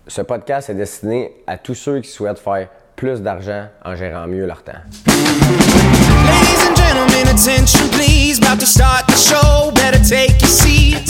Ce podcast est destiné à tous ceux qui souhaitent faire plus d'argent en gérant mieux leur temps. Ladies and gentlemen, attention please, about to start the show, better take your seats.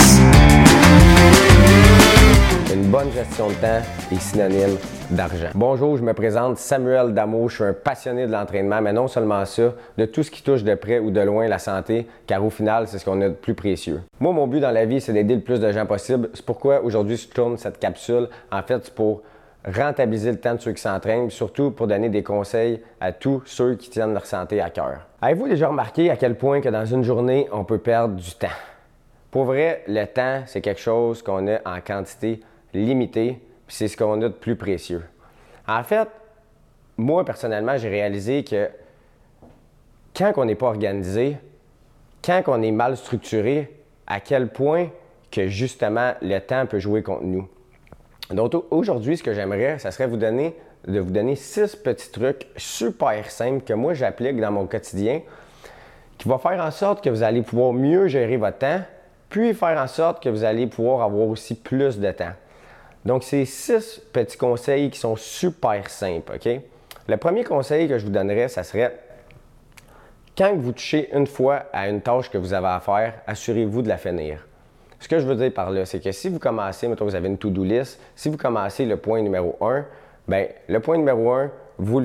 Une bonne gestion de temps est synonyme d'argent. Bonjour, je me présente Samuel Damour, je suis un passionné de l'entraînement, mais non seulement ça, de tout ce qui touche de près ou de loin la santé, car au final, c'est ce qu'on a de plus précieux. Moi, mon but dans la vie, c'est d'aider le plus de gens possible. C'est pourquoi aujourd'hui, je tourne cette capsule. En fait, c'est pour rentabiliser le temps de ceux qui s'entraînent, surtout pour donner des conseils à tous ceux qui tiennent leur santé à cœur. Avez-vous déjà remarqué à quel point que dans une journée, on peut perdre du temps? Pour vrai, le temps, c'est quelque chose qu'on a en quantité limitée, puis c'est ce qu'on a de plus précieux. En fait, moi, personnellement, j'ai réalisé que quand on n'est pas organisé, quand on est mal structuré, à quel point que justement le temps peut jouer contre nous. Donc aujourd'hui, ce que j'aimerais, ça serait de vous donner 6 petits trucs super simples que moi j'applique dans mon quotidien qui vont faire en sorte que vous allez pouvoir mieux gérer votre temps, puis faire en sorte que vous allez pouvoir avoir aussi plus de temps. Donc, c'est 6 petits conseils qui sont super simples, OK? Le premier conseil que je vous donnerais, ça serait quand vous touchez une fois à une tâche que vous avez à faire, assurez-vous de la finir. Ce que je veux dire par là, c'est que si vous commencez, mettons vous avez une to-do list, si vous commencez le point numéro 1, bien, le point numéro 1, vous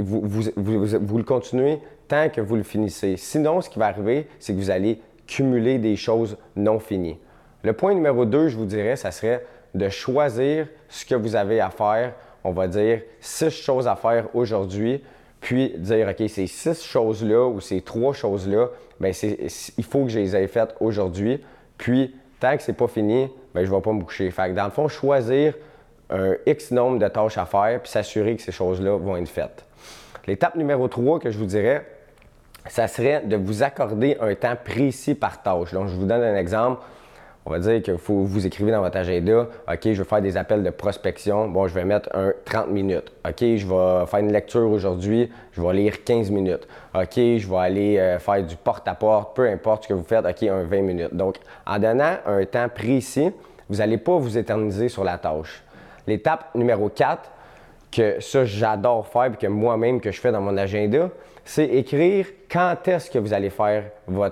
le continuez tant que vous le finissez. Sinon, ce qui va arriver, c'est que vous allez cumuler des choses non finies. Le point numéro 2, je vous dirais, ça serait de choisir ce que vous avez à faire, on va dire 6 choses à faire aujourd'hui, puis dire, OK, ces 6 choses-là ou ces 3 choses-là, bien, il faut que je les ai faites aujourd'hui, puis tant que c'est pas fini, bien, je ne vais pas me coucher. Fait que dans le fond, choisir un X nombre de tâches à faire, puis s'assurer que ces choses-là vont être faites. L'étape numéro 3 que je vous dirais, ça serait de vous accorder un temps précis par tâche. Donc, je vous donne un exemple. On va dire que vous écrivez dans votre agenda, OK, je vais faire des appels de prospection. Bon, je vais mettre 30 minutes. OK, je vais faire une lecture aujourd'hui, je vais lire 15 minutes. OK, je vais aller faire du porte-à-porte, peu importe ce que vous faites, OK, 20 minutes. Donc, en donnant un temps précis, vous n'allez pas vous éterniser sur la tâche. L'étape numéro 4, que ça, j'adore faire et que moi-même, que je fais dans mon agenda, c'est écrire quand est-ce que vous allez faire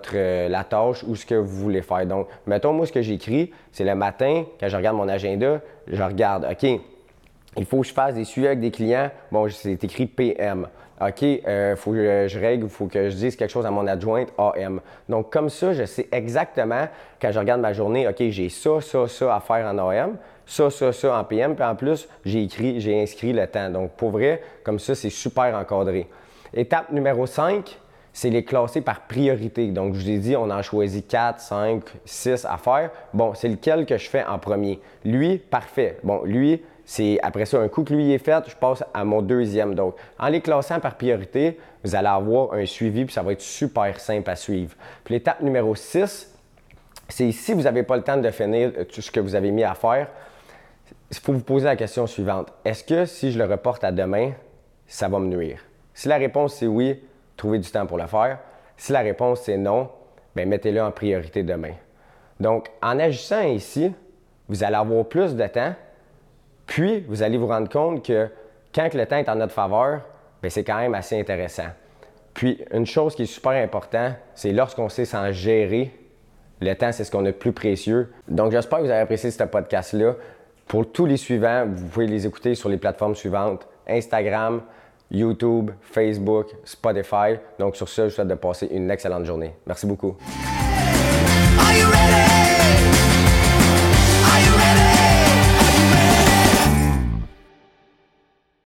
la tâche ou ce que vous voulez faire. Donc, mettons, moi, ce que j'écris, c'est le matin, quand je regarde mon agenda, je regarde, OK, il faut que je fasse des suivis avec des clients. Bon, c'est écrit PM. OK, il faut que je règle, il faut que je dise quelque chose à mon adjointe, AM. Donc, comme ça, je sais exactement, quand je regarde ma journée, OK, j'ai ça à faire en AM, ça en PM, puis en plus, j'ai inscrit le temps. Donc, pour vrai, comme ça, c'est super encadré. Étape numéro 5, c'est les classer par priorité. Donc, je vous ai dit, on en choisit 4, 5, 6 à faire. Bon, c'est lequel que je fais en premier. Lui, parfait. Bon, lui, c'est après ça, un coup que lui est fait, je passe à mon deuxième. Donc, en les classant par priorité, vous allez avoir un suivi, puis ça va être super simple à suivre. Puis l'étape numéro 6, c'est si vous n'avez pas le temps de finir tout ce que vous avez mis à faire, il faut vous poser la question suivante. Est-ce que si je le reporte à demain, ça va me nuire? Si la réponse c'est oui, trouvez du temps pour le faire. Si la réponse c'est non, bien mettez-le en priorité demain. Donc, en agissant ainsi, vous allez avoir plus de temps, puis vous allez vous rendre compte que quand le temps est en notre faveur, bien, c'est quand même assez intéressant. Puis, une chose qui est super importante, c'est lorsqu'on sait s'en gérer, le temps, c'est ce qu'on a de plus précieux. Donc, j'espère que vous avez apprécié ce podcast-là. Pour tous les suivants, vous pouvez les écouter sur les plateformes suivantes: Instagram, YouTube, Facebook, Spotify. Donc sur ce, je vous souhaite de passer une excellente journée. Merci beaucoup. Are you ready?